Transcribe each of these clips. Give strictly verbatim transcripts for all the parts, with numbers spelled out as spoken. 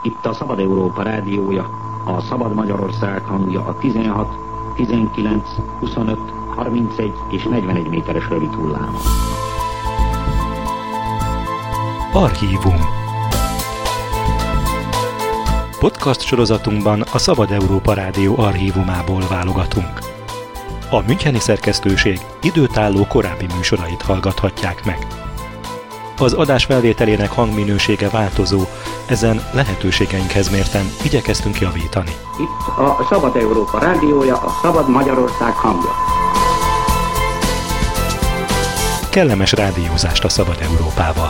Itt a Szabad Európa rádiója, a Szabad Magyarország hangja a tizenhat, tizenkilenc, huszonöt, harmincegy és negyvenegy méteres rövid hullámon. Archívum. Podcast sorozatunkban a Szabad Európa Rádió archívumából válogatunk. A müncheni szerkesztőség időtálló korábbi műsorait hallgathatják meg. Az adás felvételének hangminősége változó, ezen lehetőségeinkhez mérten igyekeztünk javítani. Itt a Szabad Európa rádiója, a Szabad Magyarország hangja. Kellemes rádiózást a Szabad Európával!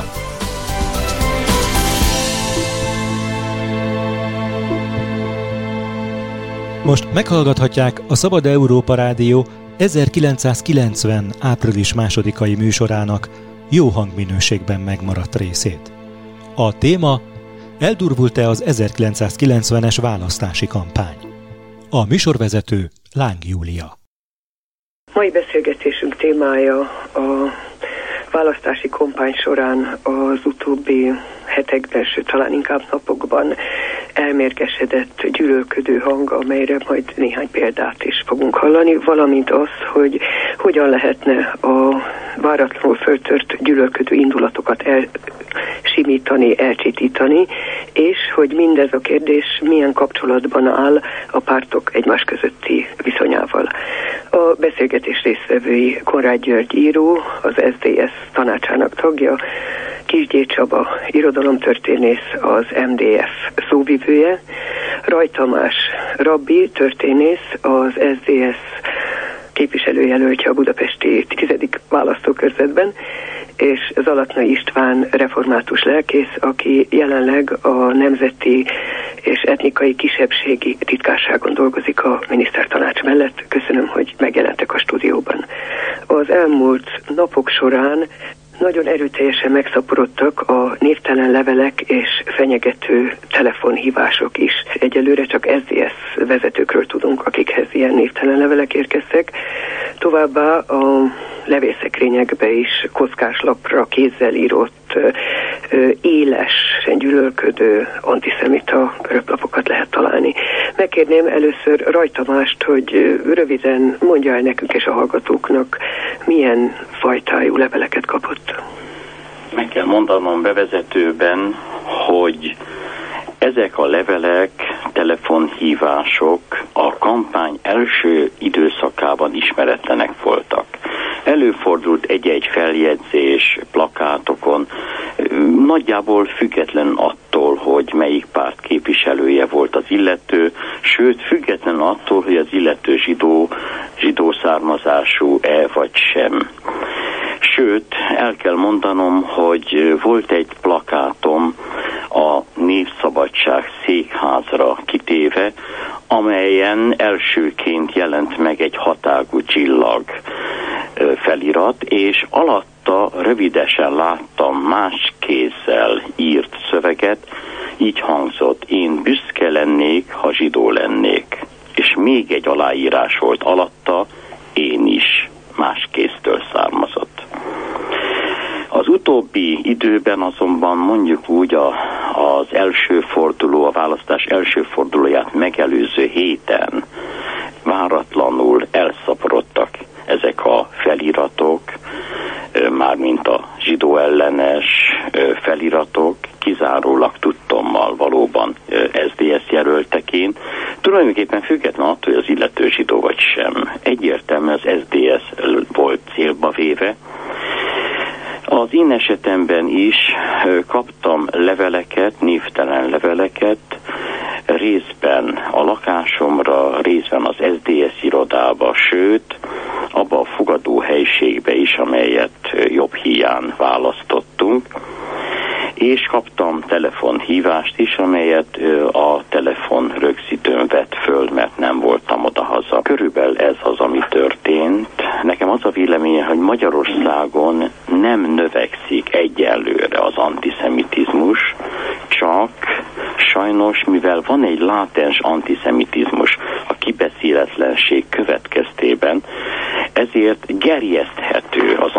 Most meghallgathatják a Szabad Európa Rádió ezerkilencszázkilencven. április másodikai műsorának jó hangminőségben megmaradt részét. A téma: eldurvult-e az ezerkilencszázkilencvenes választási kampány? A műsorvezető Láng Júlia. Mai beszélgetésünk témája a választási kampány során az utóbbi hetekben, sőt talán inkább napokban elmérgesedett gyűlölködő hang, amelyre majd néhány példát is fogunk hallani, valamint az, hogy hogyan lehetne a váratlanul föltört gyűlölködő indulatokat elsimítani, elcsitítani, és hogy mindez a kérdés milyen kapcsolatban áll a pártok egymás közötti viszonyával. A beszélgetés résztvevői Konrád György író, az es zé es tanácsának tagja, Kisgyér Csaba irodalomtörténész, az em dé ef szóvivője, Raj Tamás rabbi, történész, az es zé es képviselőjelöltje a budapesti tizedik választókörzetben, és Zalatnai István református lelkész, aki jelenleg a Nemzeti és Etnikai Kisebbségi Titkárságon dolgozik a minisztertanács mellett. Köszönöm, hogy megjelentek a stúdióban. Az elmúlt napok során nagyon erőteljesen megszaporodtak a névtelen levelek és fenyegető telefonhívások is. Egyelőre csak es zé es vezetőkről tudunk, akikhez ilyen névtelen levelek érkeztek. Továbbá a levélszekrényekbe is kockás lapra kézzel írott, élesen gyűlölködő antiszemita röplapokat lehet találni. Megkérném először Raj Tamást, hogy röviden mondja el nekünk és a hallgatóknak, milyen fajtájú leveleket kapott. Meg kell mondanom bevezetőben, hogy ezek a levelek, telefonhívások a kampány első időszakában ismeretlenek voltak. Előfordult egy-egy feljegyzés plakátokon, nagyjából független attól, hogy melyik párt képviselője volt az illető, sőt független attól, hogy az illető zsidó, zsidó származású-e vagy sem. Sőt, el kell mondanom, hogy volt egy plakátom a Népszabadság székházra kitéve, amelyen elsőként jelent meg egy hatágú csillag felirat, és alatta rövidesen láttam más kézzel írt szöveget, így hangzott: én büszke lennék, ha zsidó lennék. És még egy aláírás volt alatta: én is, más kéztől származott. Az utóbbi időben azonban, mondjuk úgy a, az első forduló, a választás első fordulóját megelőző héten váratlanul elszaporodtak ezek a feliratok, mármint a zsidó ellenes feliratok, kizárólag tudtommal valóban es zé es jelölteként, tulajdonképpen független attól, hogy az illető zsidó vagy sem. Egyértelműen az es zé es volt célba véve. Az én esetemben is kaptam leveleket, névtelen leveleket, részben a lakásomra, részben az es zé es irodába, sőt, abba a fogadó helyiségbe is, amelyet jobb híján választottunk, és kaptam telefonhívást is, amelyet a telefon rögzítőn vett föl, mert nem voltam odahaza. Körülbelül ez az, ami történt. Nekem az a véleménye, hogy Magyarországon nem növekszik egyelőre az antiszemitizmus, csak sajnos, mivel van egy látens antiszemitizmus a kibeszéletlenség következtében, ezért gerjeszthető az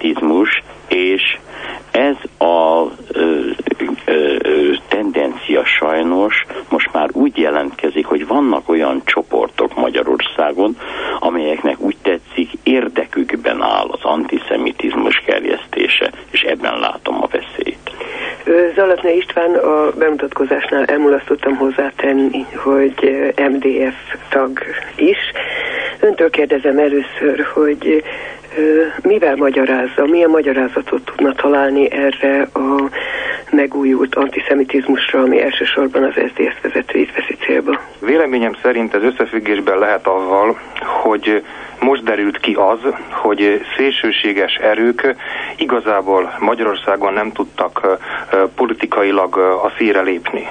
antiszemitizmus, és ez a ö, ö, ö, tendencia sajnos most már úgy jelentkezik, hogy vannak olyan csoportok Magyarországon, amelyeknek úgy tetszik érdekükben áll az antiszemitizmus gerjesztése, és ebben látom a veszélyt. Zalatné István, a bemutatkozásnál elmulasztottam hozzátenni, hogy em dé ef tag is. Öntől kérdezem először, hogy mivel magyarázza, milyen magyarázatot tudna találni erre a megújult antiszemitizmusra, ami elsősorban az es zé es vezetőit veszi célba? Véleményem szerint ez összefüggésben lehet avval, hogy most derült ki az, hogy szélsőséges erők igazából Magyarországon nem tudtak politikailag a színre lépni.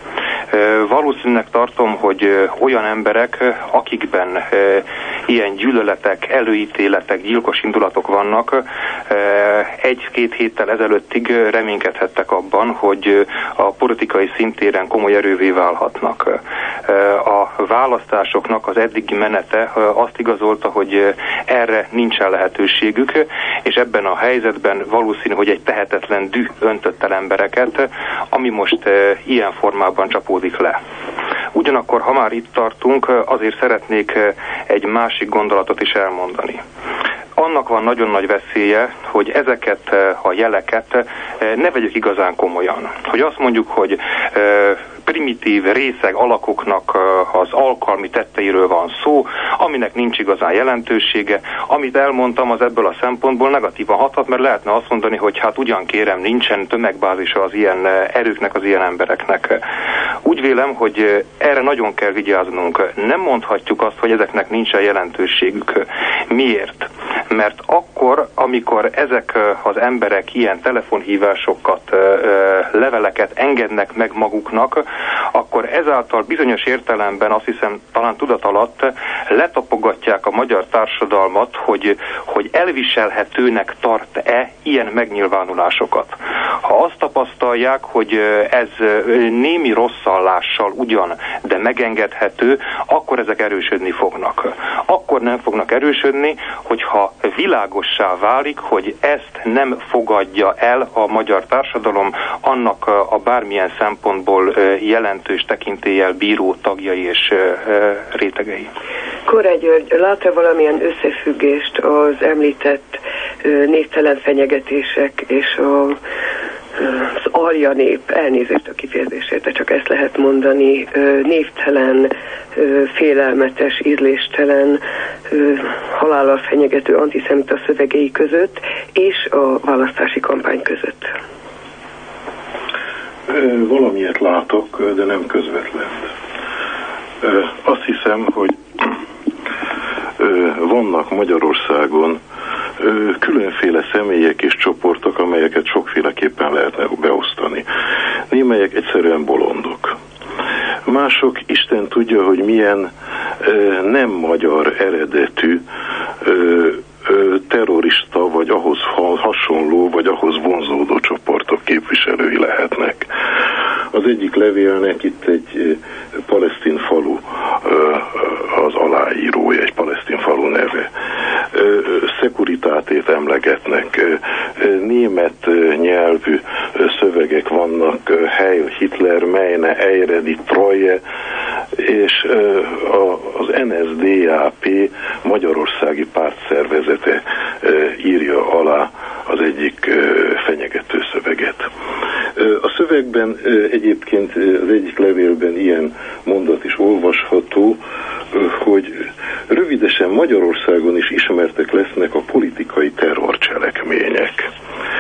Valószínűleg tartom, hogy olyan emberek, akikben ilyen gyűlöletek, előítéletek, gyilkos indulatok vannak, egy-két héttel ezelőttig reménykedhettek abban, hogy a politikai szintéren komoly erővé válhatnak. A választásoknak az eddigi menete azt igazolta, hogy erre nincsen lehetőségük, és ebben a helyzetben valószínű, hogy egy tehetetlen düh öntött el embereket, ami most ilyen formában csapódik le. Ugyanakkor, ha már itt tartunk, azért szeretnék egy másik gondolatot is elmondani. Annak van nagyon nagy veszélye, hogy ezeket a jeleket ne vegyük igazán komolyan. Hogy azt mondjuk, hogy primitív részeg alakoknak az alkalmi tetteiről van szó, aminek nincs igazán jelentősége. Amit elmondtam, az ebből a szempontból negatívan hathat, mert lehetne azt mondani, hogy hát ugyan kérem, nincsen tömegbázisa az ilyen erőknek, az ilyen embereknek. Úgy vélem, hogy erre nagyon kell vigyáznunk. Nem mondhatjuk azt, hogy ezeknek nincsen jelentőségük. Miért? Mert akkor, amikor ezek az emberek ilyen telefonhívásokat, leveleket engednek meg maguknak, akkor ezáltal bizonyos értelemben, azt hiszem talán tudat alatt letapogatják a magyar társadalmat, hogy, hogy elviselhetőnek tart-e ilyen megnyilvánulásokat. Ha azt tapasztalják, hogy ez némi rosszallással ugyan, de megengedhető, akkor ezek erősödni fognak. Akkor nem fognak erősödni, hogyha világossá válik, hogy ezt nem fogadja el a magyar társadalom, annak a bármilyen szempontból jelentős tekintéllyel bíró tagjai és rétegei. Korrágy György, lát-e valamilyen összefüggést az említett névtelen fenyegetések és a, az alja nép, elnézést a kifejezésért, de csak ezt lehet mondani, névtelen, félelmetes, ízléstelen, halállal fenyegető antiszemita szövegei között és a választási kampány között? Valamilyet látok, de nem közvetlen. Azt hiszem, hogy vannak Magyarországon különféle személyek és csoportok, amelyeket sokféleképpen lehetne beosztani. Némelyek egyszerűen bolondok. Mások, Isten tudja, hogy milyen nem magyar eredetű terrorista, vagy ahhoz hasonló, vagy ahhoz vonzódó csoportok képviselői lehetnek. Az egyik levélnek itt egy palesztin falu az aláírója, egy palesztin falu neve. Szekuritátét emlegetnek, német nyelvű szövegek vannak, Heil Hitler, Meine, Eiredi, Treue, és az en es dé á pé magyarországi pártszervezete írja alá az egyik fenyegető szöveget. A szövegben egyébként az egyik levélben ilyen mondat is olvasható, hogy rövidesen Magyarországon is ismertek lesznek a politikai terrorcselekmények.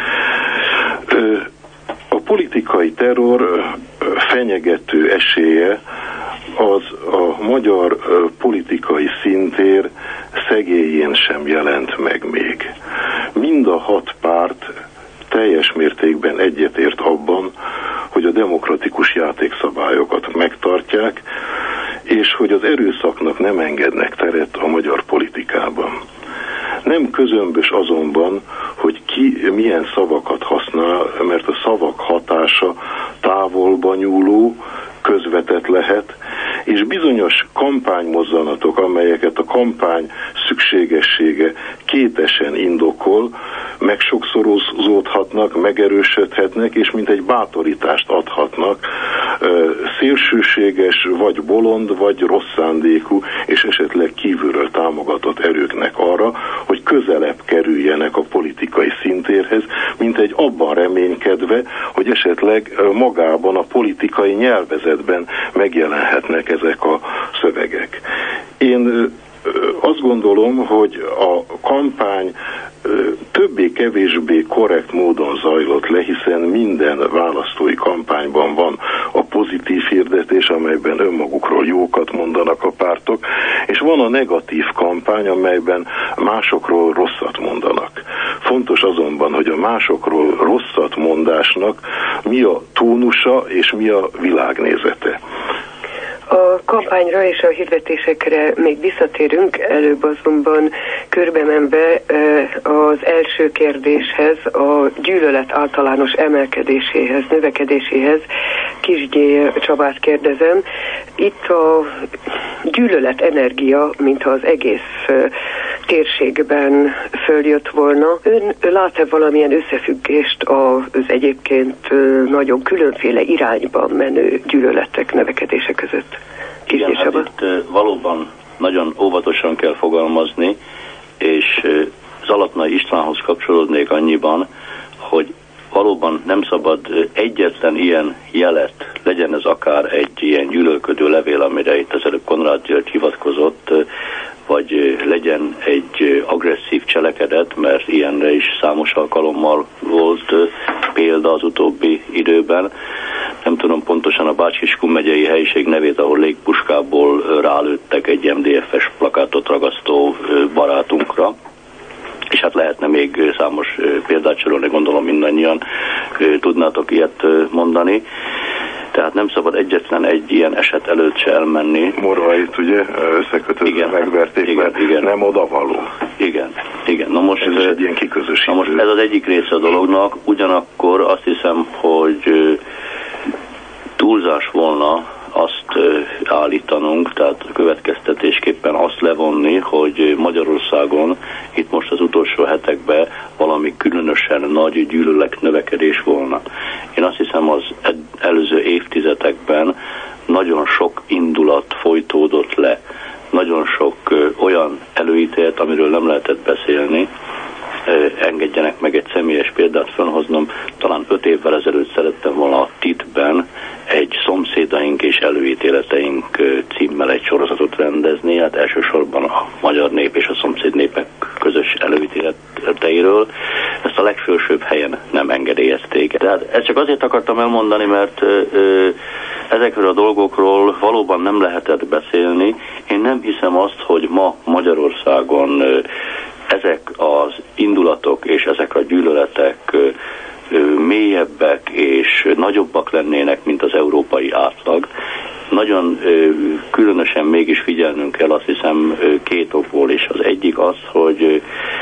A politikai terror fenyegető esélye az a magyar politikai szintér szegélyén sem jelent meg még. Mind a hat párt teljes mértékben egyetért abban, hogy a demokratikus játékszabályokat megtartják, és hogy az erőszaknak nem engednek teret a magyar politikában. Nem közömbös azonban, hogy ki milyen szavakat használ, mert a szavak hatása távolba nyúló, közvetett lehet, és bizonyos kampánymozzanatok, amelyeket a kampány szükségessége kétesen indokol, megsokszorozódhatnak, megerősödhetnek, és mint egy bátorítást adhatnak szélsőséges, vagy bolond, vagy rossz szándékú, és esetleg kívülről támogatott erőknek arra, hogy közelebb kerüljenek a politikai szintérhez, mint egy abban reménykedve, hogy esetleg magában a politikai nyelvezetben megjelenhetnek ezek a szövegek. Én azt gondolom, hogy a kampány többé-kevésbé korrekt módon zajlott le, hiszen minden választói kampányban van a pozitív hirdetés, amelyben önmagukról jókat mondanak a pártok, és van a negatív kampány, amelyben másokról rosszat mondanak. Fontos azonban, hogy a másokról rosszat mondásnak mi a tónusa és mi a világnézete. A kampányra és a hirdetésekre még visszatérünk, előbb azonban körbemenve az első kérdéshez, a gyűlölet általános emelkedéséhez, növekedéséhez Kisgyér Csabát kérdezem. Itt a gyűlölet energia, mintha az egész térségben följött volna. Ön lát-e valamilyen összefüggést az egyébként nagyon különféle irányban menő gyűlöletek növekedése között? Igen, hát itt valóban nagyon óvatosan kell fogalmazni, és Zalatnai Istvánhoz kapcsolódnék annyiban, hogy valóban nem szabad egyetlen ilyen jelet, legyen ez akár egy ilyen gyűlölködő levél, amire itt az előbb Konrád György hivatkozott, vagy legyen egy agresszív cselekedet, mert ilyenre is számos alkalommal volt példa az utóbbi időben. Nem tudom pontosan a Bács-Kiskun megyei helyiség nevét, ahol légpuskából rálőttek egy em dé ef-es plakátot ragasztó barátunkra. És hát lehetne még számos példát sorolni, gondolom mindannyian tudnátok ilyet mondani. Tehát nem szabad egyetlen egy ilyen eset előtt se elmenni. Morvait ugye összekötözve megverték, igen, mert igen. nem odavaló. Igen, igen. Na most, ez egy ilyen kiközösítő. Na most ez az egyik része a dolognak, ugyanakkor azt hiszem, hogy túlzás volna azt állítanunk, tehát következtetésképpen azt levonni, hogy Magyarországon itt most az utolsó hetekben valami különösen nagy gyűlölet növekedés volna. Én azt hiszem, az előző évtizedekben nagyon sok indulat folytódott le, nagyon sok olyan előítélet, amiről nem lehetett beszélni. Engedjenek meg egy személyes példát felhoznom. Talán öt évvel ezelőtt szerettem volna a té i té-ben egy szomszédaink és előítéleteink címmel egy sorozatot rendezni, hát elsősorban a magyar nép és a szomszéd népek közös előítéleteiről. Ezt a legfelsőbb helyen nem engedélyezték. Tehát ezt csak azért akartam elmondani, mert ö, ezekről a dolgokról valóban nem lehetett beszélni. Én nem hiszem azt, hogy ma Magyarországon ö, ezek az indulatok és ezek a gyűlöletek ö, ö, mélyebbek és nagyobbak lennének, mint az európai átlag. Nagyon ö, különösen mégis figyelnünk kell, azt hiszem ö, két okból is. Az egyik az, hogy ö,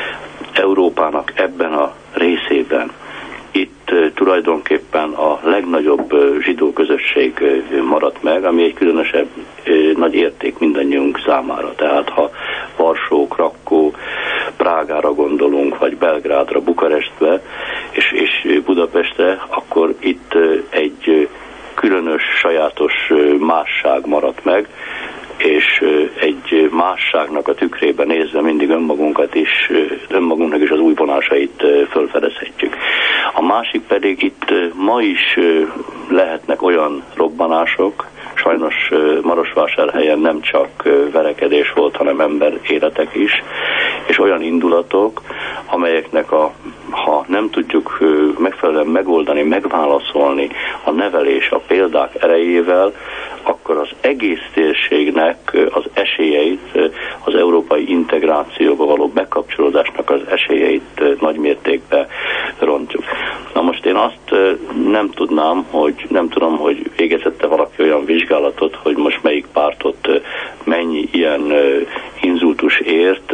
Európának ebben a részében itt uh, tulajdonképpen a legnagyobb uh, zsidó közösség uh, maradt meg, ami egy különösebb uh, nagy érték mindannyiunk számára. Tehát ha Varsó, Krakkó, Prágára gondolunk, vagy Belgrádra, Bukarestbe és, és Budapestre, akkor itt uh, egy uh, különös, sajátos uh, másság maradt meg, és egy másságnak a tükrében nézve mindig önmagunkat is, önmagunknak is az új vonásait felfedezhetjük. A másik pedig itt ma is lehetnek olyan robbanások, sajnos Marosvásárhelyen nem csak verekedés volt, hanem ember életek is, és olyan indulatok, amelyeknek a, ha nem tudjuk megfelelően megoldani, megválaszolni a nevelés, a példák erejével, akkor az egész térségnek az esélyeit, az európai integrációba való bekapcsolódásnak az esélyeit nagymértékben rontjuk. Na most én azt nem tudnám, hogy nem tudom, hogy végezette valaki olyan vizsgálatot, hogy most melyik pártot mennyi ilyen inzultus ért.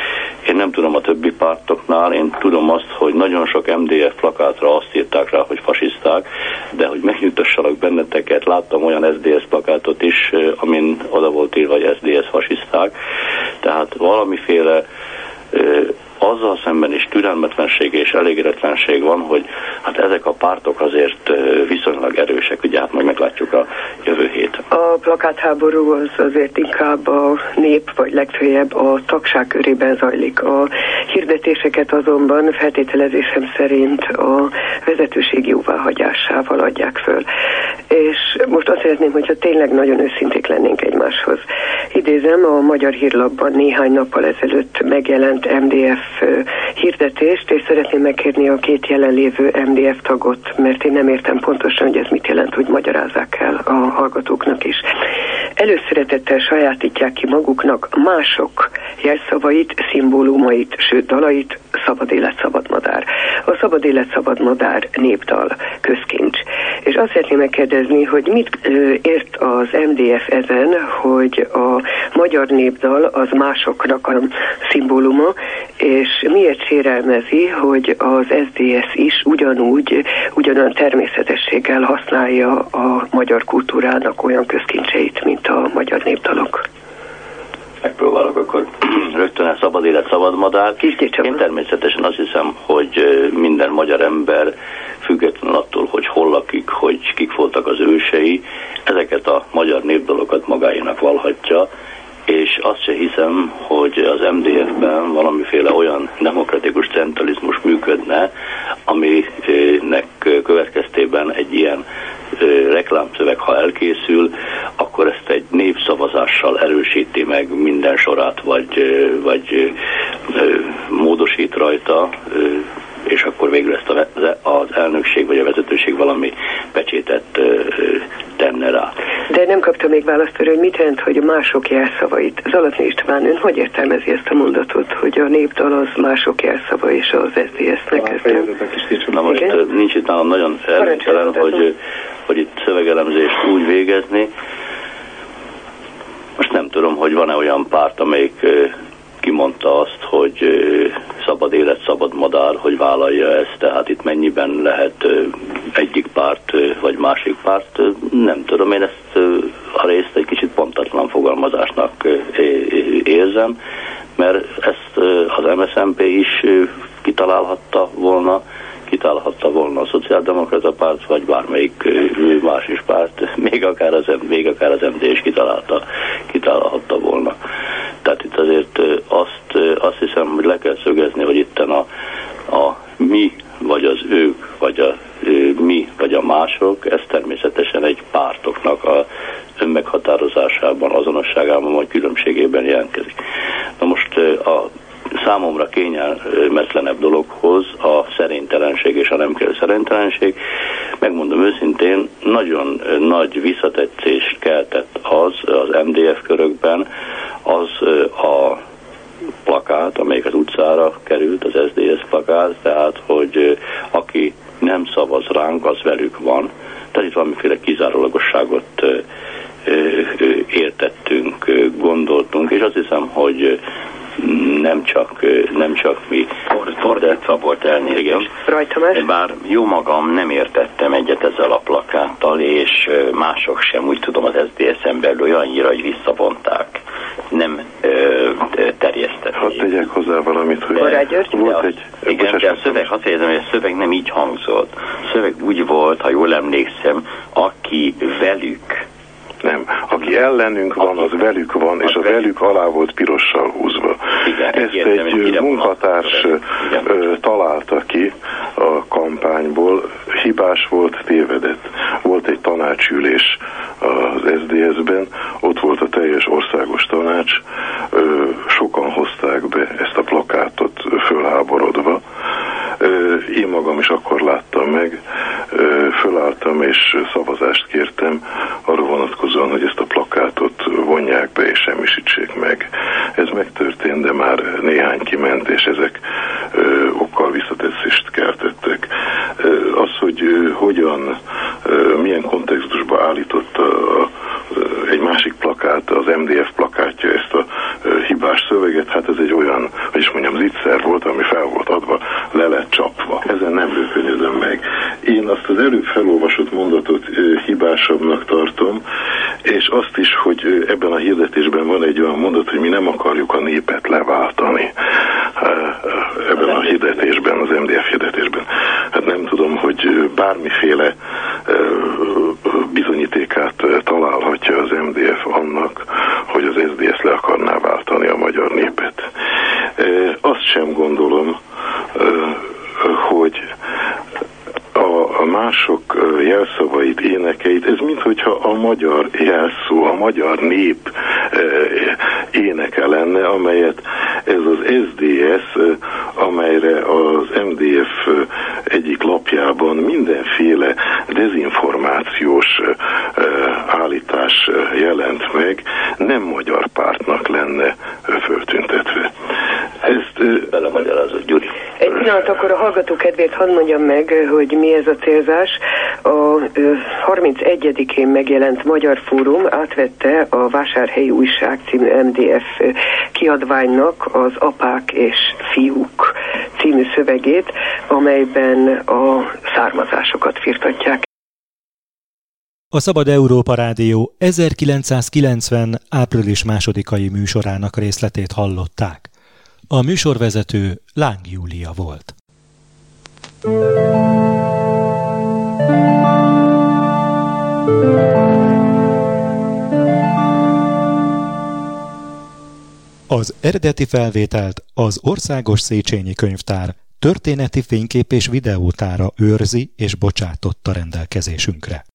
Én nem tudom a többi pártoknál, én tudom azt, hogy nagyon sok em dé ef plakátra azt írták rá, hogy fasiszták, de hogy megnyugtassalak benneteket, láttam olyan es dé es plakátot is, amin oda volt írva, hogy es dé es fasiszták. Tehát valamiféle azzal szemben is türelmetlenség és elégedetlenség van, hogy hát ezek a pártok azért viszonylag erősek, ugye hát majd meglátjuk a jövő hét. A plakátháború az azért inkább a nép, vagy legfőjebb a tagság körében zajlik. A hirdetéseket azonban feltételezésem szerint a vezetőség jóváhagyásával adják föl. És most azt szeretném, hogyha tényleg nagyon őszinték lennénk egymáshoz. Idézem, a Magyar Hírlapban néhány nappal ezelőtt megjelent em dé ef hirdetést, és szeretném megkérni a két jelenlévő em dé ef tagot, mert én nem értem pontosan, hogy ez mit jelent, hogy magyarázzák el a hallgatóknak is. Előszeretettel sajátítják ki maguknak mások jelszavait, szimbólumait, sőt dalait, Szabad élet, szabad madár. A Szabad élet, szabad madár népdal, közkincs. És azt szeretném megkérdezni, hogy mit ö, ért az em dé ef ezen, hogy a magyar népdal az másoknak a szimbóluma, és miért sérelmezi, hogy az es zé es is ugyanúgy, ugyanolyan természetességgel használja a magyar kultúrának olyan közkincseit, mint a magyar népdalok. Megpróbálok akkor rögtön a Szabad élet, szabad madár. Én természetesen azt hiszem, hogy minden magyar ember, független attól, hogy hol lakik, hogy kik voltak az ősei, ezeket a magyar népdalokat magáénak valhatja, és azt se hiszem, hogy az em dé ef-ben valamiféle olyan demokratikus centralizmus működne, aminek következtében egy ilyen reklámszöveg, ha elkészül, akkor ezt egy népszavazással erősíti meg minden sorát, vagy, vagy módosít rajta, és akkor végül ezt az elnökség vagy a vezetőség valami pecsétet tenne rá. De nem kapta még választ arra, hogy mit jelent, hogy mások jelszavait. Zalatné István, ön hogy értelmezi ezt a mondatot, hogy a népdal az mások jelszava és az es zé es-nek kezdtem? Na most nincs itt nálam nagyon előnytelen, hogy, hogy itt szövegelemzést úgy végezni. Most nem tudom, hogy van-e olyan párt, amelyik kimondta azt, hogy szabad élet, szabad madár, hogy vállalja ezt, tehát itt mennyiben lehet egyik párt, vagy másik párt, nem tudom, én ezt a részt egy kicsit pontatlan fogalmazásnak érzem, mert ezt az em es zé em pé is kitalálhatta volna, kitalálhatta volna a Szociáldemokrata Párt, vagy bármelyik más is párt, még akár az, még akár az em dé is kitalálta, kitalálhatta volna. Tehát itt azért azt, azt hiszem, hogy le kell szögezni, hogy itten a, a mi, vagy az ők, vagy a mi, vagy a mások, ez természetesen egy pártoknak a önmeghatározásában, azonosságában, vagy különbségében jelentkezik. Na most a számomra kényelmetlenebb dologhoz a szerénytelenség és a nem kell szerénytelenség. Megmondom őszintén, nagyon nagy visszatetszést keltett az az em dé ef körökben, az a plakát, amelyik az utcára került, az es zé es plakát, tehát, hogy aki nem szavaz ránk, az velük van. Tehát itt valamiféle kizárólagosságot értettünk, gondoltunk, és azt hiszem, hogy nem csak, nem csak mi. Fordítva volt elnézést. Bár jó magam nem értettem egyet ezzel a plakáttal, és mások sem, úgy tudom, az es zé es-en belül olyannyira, hogy visszavonták. Nem terjesztették. Hadd tegyek hozzá valamit, hogy de, volt de egy... Igen, de a szöveg, azt érzem, hogy a szöveg nem így hangzott. A szöveg úgy volt, ha jól emlékszem, aki velük. Nem, aki ellenünk van, az velük van, és a velük alá volt pirossal húzva. Igen, ezt egy munkatárs találta ki a kampányból, hibás volt, tévedett. Volt egy tanácsülés az es dé es-ben, ott volt a teljes országos tanács, sokan hozták be ezt a plakátot fölháborodva. Én magam is akkor láttam meg, fölálltam és szavazást kértem arra vonatkozóan, hogy ezt a plakátot vonják be és semmisítsék meg. Ez megtörtént, de már néhány kiment, és ezek okkal visszatetszést keltettek. Az, hogy hogyan, milyen kontextusba állította egy másik plakát, az em dé ef plakátja ezt a hibás szöveget, hát ez egy olyan, hogy is mondjam, zicser volt, ami fel volt adva, le lett csapva. Ezen nem rökönyödöm meg. Én azt az előbb felolvasott mondatot hibásabbnak tartom, és azt is, hogy ebben a hirdetésben van egy olyan mondat, hogy mi nem akarjuk a népet leváltani. ebben a hirdetésben, az em dé ef hirdetésben. Hát nem tudom, hogy bármiféle bizonyítékát találhatja az em dé ef annak, hogy az es zé dé es le akarná váltani a magyar népet. Azt sem gondolom, hogy a mások jelszavait, énekeit, ez minthogyha a magyar jelszó, a magyar nép éneke lenne, amelyet ez az es dé es, amelyre az em dé ef egyik lapjában mindenféle dezinformációs állítás jelent meg, nem magyar pártnak lenne föltüntetve. Ezt belemagyarázod, Gyuri. Egy pillanat, akkor a hallgató kedvéért hadd mondjam meg, hogy mi ez a célzás. A harmincegyedikén megjelent Magyar Fórum átvette a Vásárhelyi Újság című em dé ef kiadványnak az Apák és Fiúk című szövegét, amelyben a származásokat firtatják. A Szabad Európa Rádió ezerkilencszázkilencven. április másodikai műsorának részletét hallották. A műsorvezető Láng Júlia volt. Az eredeti felvételt az Országos Széchenyi Könyvtár történeti fénykép és videótára őrzi és bocsátotta rendelkezésünkre.